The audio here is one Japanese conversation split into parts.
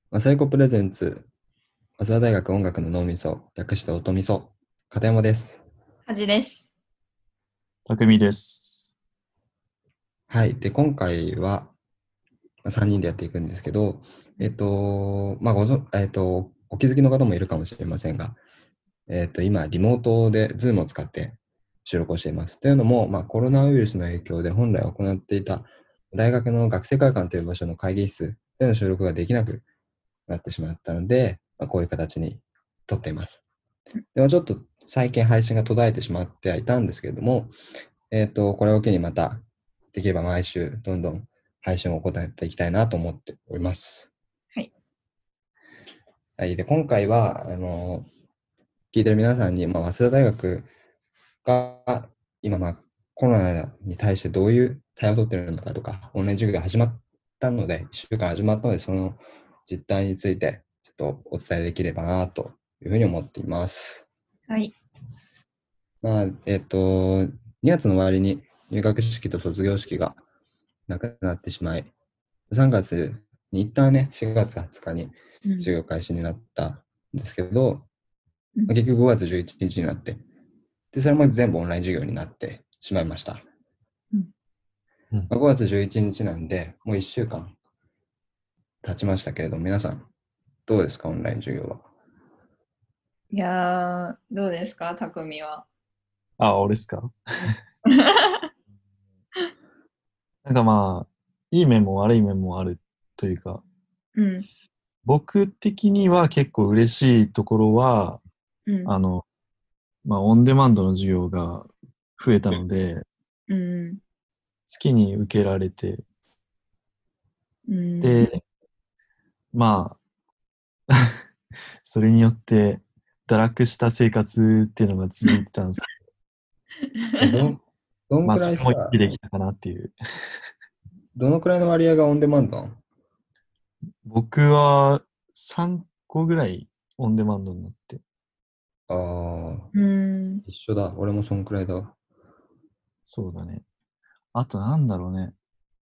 マサイコプレゼンツ、早稲田大学音楽の脳みそ、略して音みそ、片山です。 はじです。 匠です。 はい。で、今回は3人でやっていくんですけど、まあ、ごぞ、お気づきの方もいるかもしれませんが、今、リモートで Zoom を使って収録をしています。というのも、まあ、コロナウイルスの影響で本来行っていた大学の学生会館という場所の会議室での収録ができなくなってしまったので、まあ、こういう形に撮っています。ではちょっと最近配信が途絶えてしまってはいたんですけれども、これを機にまた、できれば毎週どんどん配信を行っていきたいなと思っております。 はい。 はい。で、今回は、聞いてる皆さんに、まあ、早稲田大学が今、まあ、コロナに対してどういう対応を取っているのかとか、オンライン授業が始まったので、1週間始まったので、その実態について、ちょっとお伝えできればなというふうに思っています。 はい。 まあ、2月の終わりに入学式と卒業式がなくなってしまい、3月に一旦ね、4月20日に授業開始になったんですけど、結局5月11日になって、で、それも全部オンライン授業になってしまいました。5月11日なんで、もう1週間経ちましたけれども、皆さん、どうですか、オンライン授業は。 いやー、どうですか、匠は。 俺っすか？なんかまあ、いい面も悪い面もあるというか、 うん。 僕的には結構嬉しいところは、 うん。 あの、オンデマンドの授業が増えたので、 うん。 好きに受けられて、 うん。 で、まあ、それによって堕落した生活っていうのが続いてたんですけどんど、 くらいさ、 それも生きできたかなっていう。 どのくらいの割合がオンデマンドなの？ 僕は3個ぐらいオンデマンドになって、 ああ、 うん。 一緒だ。俺もそんくらいだわ。 そうだね。あとなんだろうね。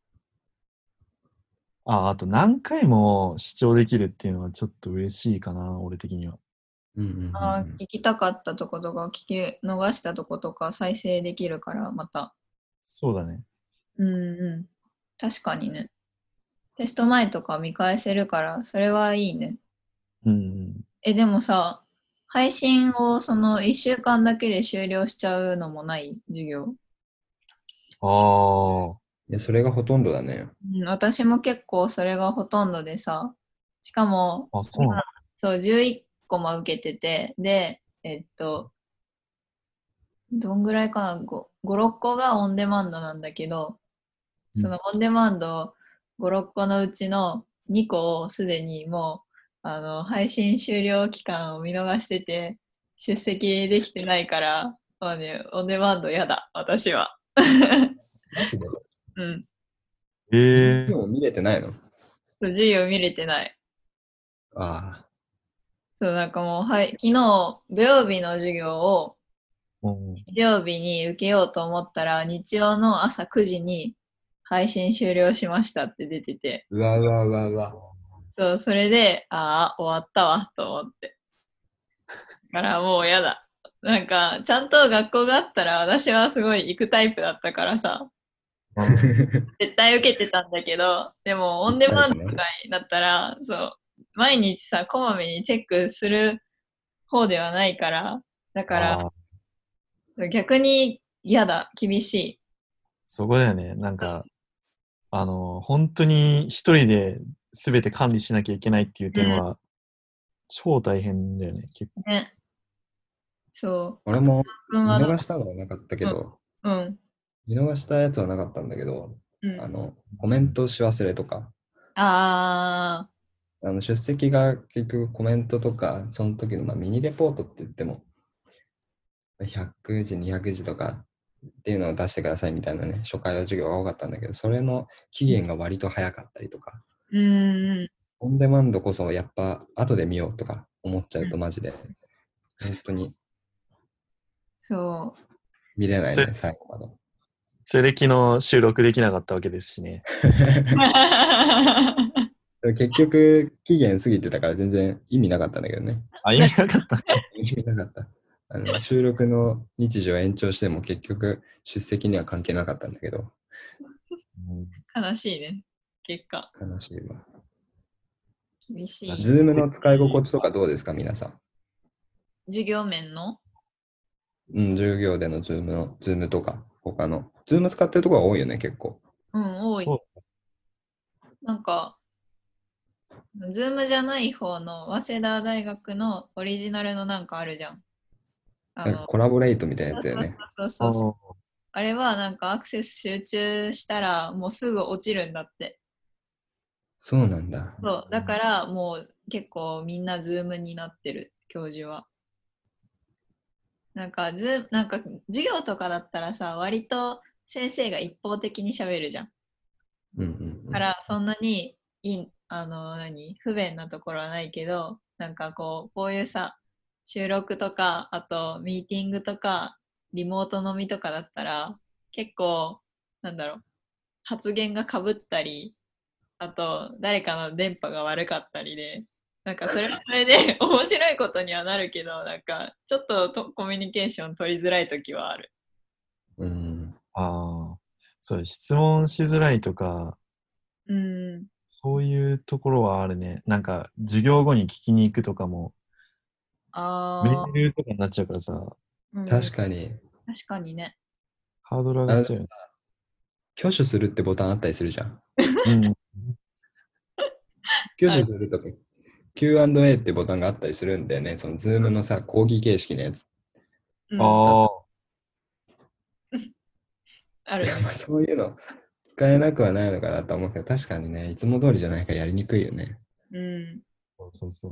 あと何回も視聴できるっていうのはちょっと嬉しいかな、俺的には。 うんうんうんう聞きたかったとことか、聞き逃したとことか再生できるから、また。 そうだね。 うんうん。確かにね。テスト前とか見返せるから、それはいいね。 うん。 でもさ、配信をその1週間だけで終了しちゃうのもない授業。 ああ、 いや、それがほとんどだね。 うん、私も結構それがほとんどでさ、しかも、 そうな今、 の？ そう、11個も受けてて、で、どんぐらいかな、5、6個がオンデマンドなんだけど、 うん。 そのオンデマンド5、6個のうちの2個をすでにもう、配信終了期間を見逃してて、出席できてないから、まあね、オンデマンドやだ、私は。 マジでうん。 ええ授業見れてないの？ そう、授業見れてない。 ああ、 そう、なんかもう、はい、昨日土曜日の授業をうん。 日曜日に受けようと思ったら、日曜の朝9時に配信終了しましたって出てて、 うわうわうわうわ。 そう、それで、ああ、終わったわ、と思って。だからもうやだ。なんか、ちゃんと学校があったら、私はすごい行くタイプだったからさ、 うん。 絶対受けてたんだけど、でも、オ行ンデマンドとくタイプね。 かになったら、そう、毎日さ、こまめにチェックする方ではないから、だから、 ああ、 逆に嫌だ、厳しい。 そこだよね。なんか、本当に一人で全て管理しなきゃいけないっていう点は、超大変だよね、結構。 うん、ね、そう、片俺も君はど見逃したのはなかったけう？ ど、 うん、 見逃したやつはなかったんだけど、 うん。 コメントし忘れとか、 あ出席が結局コメントとか、その時のまあミニレポートって言っても、100字、200字とかっていうのを出してくださいみたいなね、初回は授業が多かったんだけど、それの期限が割と早かったりとか、 ー、うん、 オンデマンドこそやっぱ後で見ようとか思っちゃうん、 うとマジで、本当にそう。 見れないそれ、 ね、最後まで。 それで昨日収録できなかったわけですしね。 結局、期限過ぎてたから全然意味なかったんだけどね。 あ、意味なかった。 意味なかった。収録の日時を延長しても結局出席には関係なかったんだけど、 悲しいね。結果、 悲しいわ。 厳しい。 ズームの使い心地とかどうですか、皆さん。 授業面の授業でのズームとか、他の。ズーム使ってるところが多いよね、結構。 多い。 そなんか、ズームじゃない方の早稲田大学のオリジナルのなんかあるじゃん。 コラボレートみたいなやつだよね。 そうそうそう。 う。 あれはなんかアクセス集中したらもうすぐ落ちるんだって。 そうなんだ。 そう。だからもう結構みんなズームになってる、教授は。なんか授業とかだったらさ、割と先生が一方的に喋るじゃん。 うんうんうん。 からそんなに不便なところはないけど、なんかこういうさ、収録とか、あとミーティングとか、リモート飲みとかだったら、結構、なんだろう、発言がかぶったり、あと誰かの電波が悪かったりで、なんかそれはそれで面白いことにはなるけど、なんかちょっとコミュニケーション取りづらい時はある。 ああ、そう、質問しづらいとか、 うん。 そういうところはあるね。なんか、授業後に聞きに行くとかも、メああ、 ールとかになっちゃうからさ、 うん、 確かに。 確かにね。 ハードル上あのがっちゃうよね。 挙手するってボタンあったりするじゃん。 うん。 挙ある。 手するとか Q&A ってボタンがあったりするんだよね。そのズームのさ、講義形式のやつ。 うん、 ああ、 あるね。 そういうの使えなくはないのかなと思うけど、確かにね、いつも通りじゃないからやりにくいよね。 うん。 そうそうそう。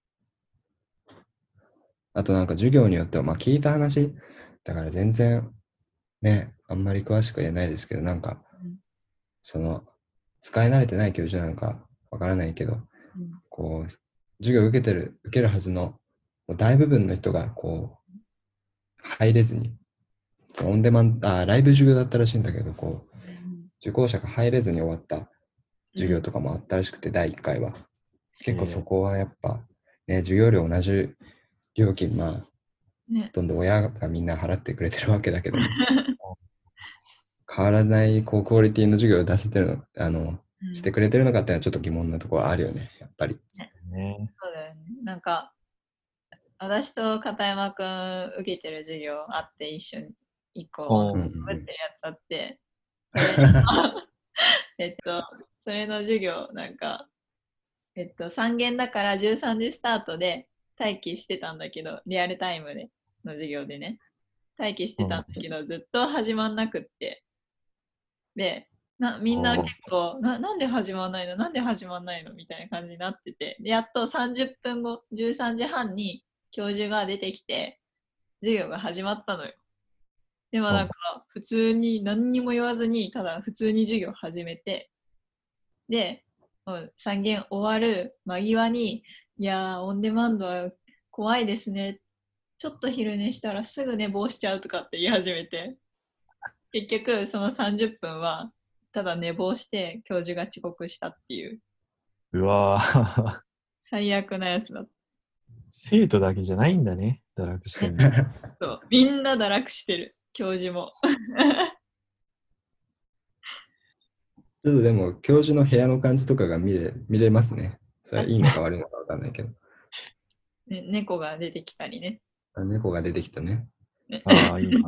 あとなんか授業によっては、まあ聞いた話、だから全然ね、あんまり詳しく言えないですけど、なんか、その、使い慣れてない教授なのかわからないけど、 うん。 こう、授業受けるはずの、もう大部分の人が、こう、入れずに、オンデマンド、ライブ授業だったらしいんだけど、こう、受講者が入れずに終わった授業とかもあったらしくて、第1回は。結構そこはやっぱ、ね、授業料同じ料金、まあ、 ね。 どんどん親がみんな払ってくれてるわけだけども、変わらないこうクオリティの授業を出せてるの、してくれてるのかっていうのはちょっと疑問なところはあるよね、やっぱり。 ね。 そうだよね。なんか、私と片山くん受けてる授業あって一緒に一個同おじうんうん被ってるやつあって、それえっと、それの授業、なんか、3限だから13時スタートで待機してたんだけど、リアルタイムでの授業でね、待機してたんだけど、ずっと始まんなくって、で、みんな結構なんで始まんないのなんで始まんないのみたいな感じになってて、でやっと30分後、13時半に教授が出てきて、授業が始まったのよ。でもなんか、普通に何にも言わずに、ただ普通に授業始めて、で、3限終わる間際に、いやー、オンデマンドは怖いですね。ちょっと昼寝したらすぐ寝坊しちゃうとかって言い始めて、結局その30分はただ寝坊して教授が遅刻したっていううわぁ。 最悪なやつだった。 生徒だけじゃないんだね。堕落してんの。 そうみんな堕落してる、教授も。 ちょっとでも、教授の部屋の感じとかが見れますね。それはいいのか悪いのかわかんないけど。 ね、猫が出てきたりね。 猫が出てきたね。 ねああ、いいな。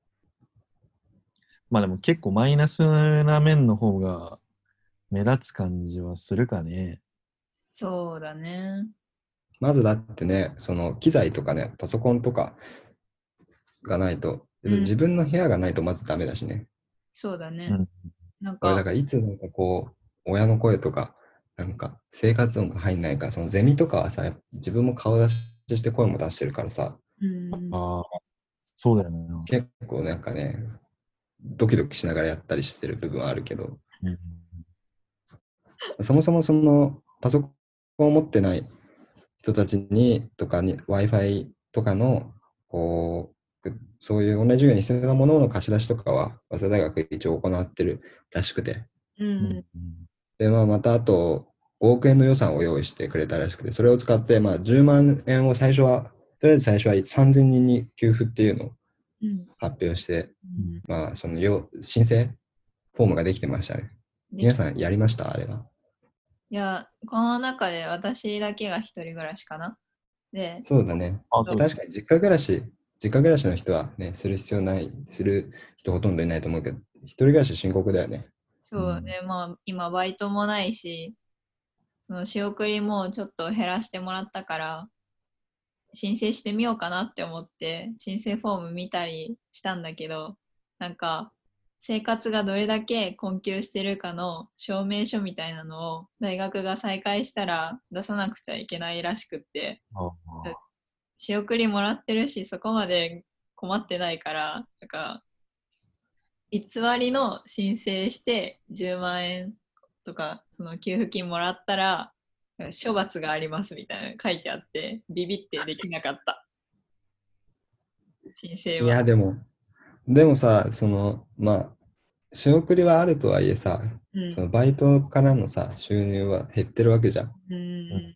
まあでも結構マイナスな面の方が目立つ感じはするかね。 そうだね。 まずだってね、その機材とかね、パソコンとかがないと、自分の部屋がないとまずダメだしね。 そうだね。 うん。 なんか、 俺だからいつなんかこう、親の声とか、なんか生活音が入んないから、そのゼミとかはさ、自分も顔出しして声も出してるからさ、 ああ、そうだよな。 結構なんかね、ドキドキしながらやったりしてる部分はあるけど、 うん。 そもそもそのパソコンを持ってない人たちにとかに Wi-Fi とかのこうそういうオンライン授業に必要なものの貸し出しとかは早稲田大学一応行ってるらしくて、 うん。 うん。 で、まあ、またあと 5億円の予算を用意してくれたらしくて、それを使って、まあ、10万円を最初は、とりあえず最初は3000人に給付っていうのをうん。 発表して、 うんまあ、その申請フォームができてましたね。皆さんやりましたあれは。 いや、この中で私だけが一人暮らしかな。で、 そうだね。 あ、そう確かに実家暮らしの人はね、する必要ない、する人ほとんどいないと思うけど、一人暮らし深刻だよね。 そうね、まあ今バイトもないし、その仕送りもちょっと減らしてもらったから、申請してみようかなって思って申請フォーム見たりしたんだけど、なんか生活がどれだけ困窮してるかの証明書みたいなのを大学が再開したら出さなくちゃいけないらしくって、 あ仕送りもらってるしそこまで困ってないから、なんか偽りの申請して10万円とかその給付金もらったら処罰がありますみたいなの書いてあってビビってできなかった申請は。 いや、でもさ、まあ、仕送りはあるとはいえさ、 うんそのバイトからのさ、収入は減ってるわけじゃん。 うん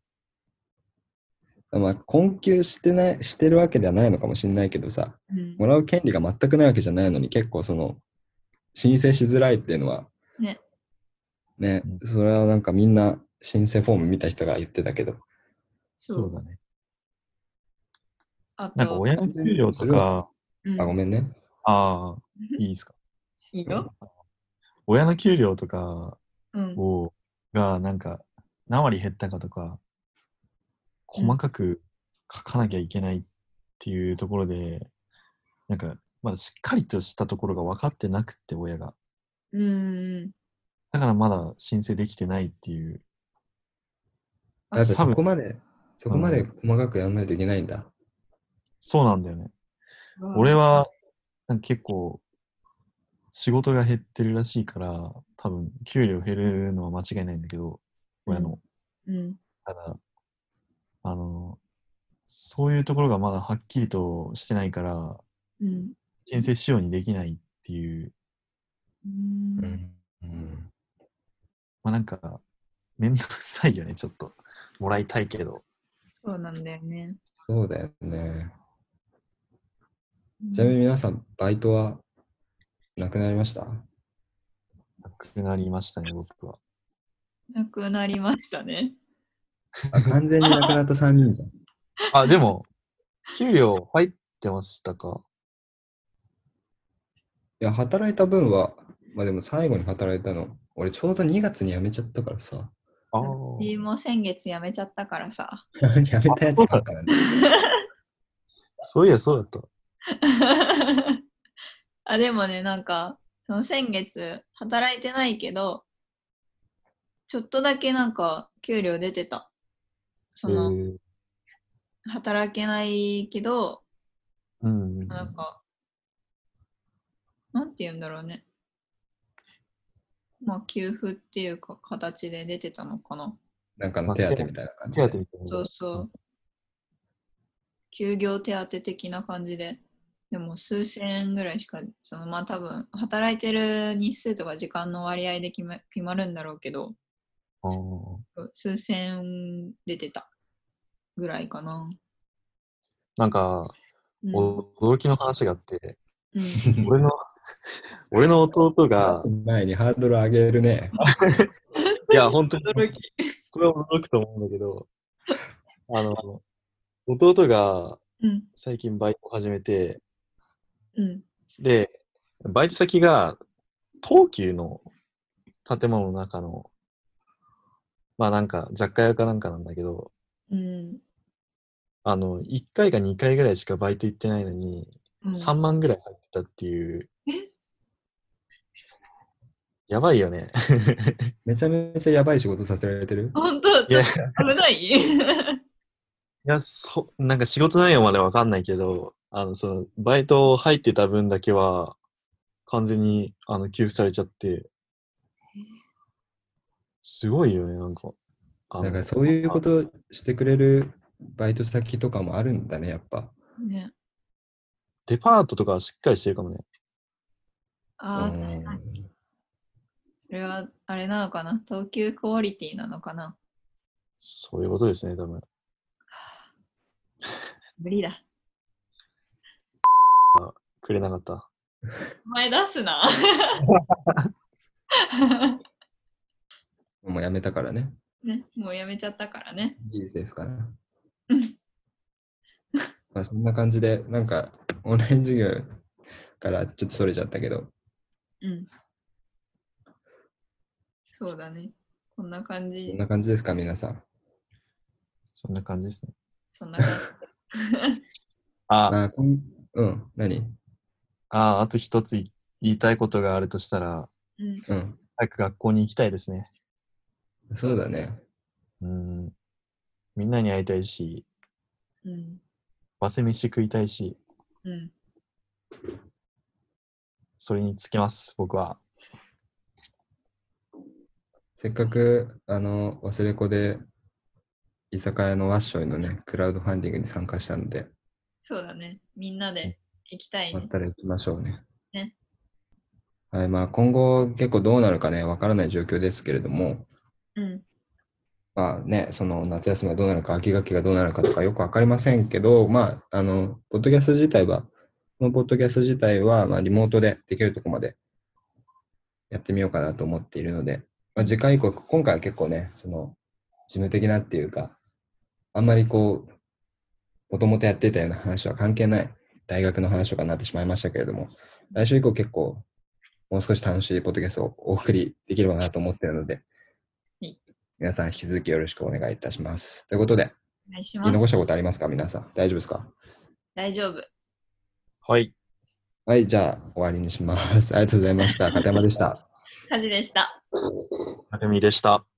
まあ、困窮してるわけではないのかもしれないけどさ、 うんもらう権利が全くないわけじゃないのに、結構申請しづらいっていうのは、 ね、 ねうん、 それはなんかみんな申請フォーム見た人が言ってたけど、 そうそうだね。 あと、 なんか親の給料とか、 あ、ごめんね。 ああ、いいですか。 いいよ。 親の給料とかうんがなんか何割減ったかとか、細かく書かなきゃいけないっていうところで、なんかまだしっかりとしたところが分かってなくって親が。 うんだからまだ申請できてないっていう。 やっぱ多分、 そこまで細かくやらないといけないんだ。 そうなんだよね。俺はなんか結構仕事が減ってるらしいから、多分給料減るのは間違いないんだけど、親の。 うんただ、そういうところがまだはっきりとしてないから、 うん申請しようにできないっていう、 うんまあなんか、めんどくさいよね、ちょっと。もらいたいけど。 そうなんだよね。 そうだよね。ちなみに皆さん、バイトはなくなりました？ なくなりましたね、僕は。 なくなりましたね。 あ、完全になくなった3人じゃん。 あ、でも、給料入ってましたか？ いや、働いた分は、まあでも最後に働いたの、俺ちょうど2月に辞めちゃったからさ、 ああ。 私も先月辞めちゃったからさ。 辞めたやつばっかなんだ。 そういや、そうだった。 あ、でもね、なんか、その先月働いてないけど、ちょっとだけなんか給料出てた。その、働けないけど、 うん。 なんか、なんて言うんだろうね。まあ、給付っていうか、形で出てたのかな。 なんかの手当みたいな感じで。 手当みたいな。 そうそう。休業手当的な感じで。でも数千円ぐらいしか、まあ多分、働いてる日数とか時間の割合で決まるんだろうけど、 ああ。 数千円出てたぐらいかな。 なんか、 うん。 驚きの話があって、 うん、 俺の弟が話す、前にハードル上げるね。 いや、本当に、 驚き。 これは驚くと思うんだけど、弟がうん。 最近バイトを始めて、 うん。 で、バイト先が東急の建物の中の、まあなんか雑貨屋かなんかなんだけど、 うん。 1回か2回ぐらいしかバイト行ってないのに、3万ぐらい入ってたっていう。やばいよね。 めちゃめちゃやばい仕事させられてる。 本当、 いや、 ちょっと危ない。 なんか仕事内容までわかんないけど、バイト入ってた分だけは、完全に、給付されちゃって、すごいよね、なんか。 だからそういうことしてくれるバイト先とかもあるんだね、やっぱ。 ね。 デパートとかはしっかりしてるかもね。 ああ、 うんそれはあれなのかな、等級クオリティなのかな。 そういうことですね、多分。 無理だ。 くれなかった。 お前出すな。 もうやめたからね。 ね、もうやめちゃったからね。 いいセーフかな。 うんまあそんな感じで、なんかオンライン授業からちょっとそれちゃったけど、 うん。そうだね。こんな感こんじ。 な感じですか、皆さん。 そんな感じですね。 そんな感あ、 まあ、何あと一つ言いたいことがあるとしたら、 じ。うん。 うん。 早く学校に行きたいですね。 そうだね。 みんなに会いたいし、 うん。 忘れ飯食いたいし、 うん。 それにつけます、僕は。 せっかく、忘れ子で、居酒屋のワッショイのね、クラウドファンディングに参加したので、 そうだね。みんなで行きたいね。 まったら行きましょうね。 ね。 はい、まあ今後結構どうなるかね、わからない状況ですけれども、 うん。 まあね、その夏休みがどうなるか、秋学期がどうなるかとかよくわかりませんけど、まあ、ポッドキャスト自体は、このポッドキャスト自体は、まあ、リモートでできるところまでやってみようかなと思っているので、まあ、次回以降、今回は結構ね、その、事務的なっていうか、あんまりこう、もともとやってたような話は関係ない大学の話とかになってしまいましたけれども、来週以降結構、もう少し楽しいポッドキャストをお送りできればなと思っているので、皆さん引き続きよろしくお願いいたします。ということで、 お願いします。 言い残したことありますか、皆さん。大丈夫ですか？ 大丈夫。 はい。 はい、じゃあ終わりにします。ありがとうございました。片山でした。 家事でした。 あけみでした。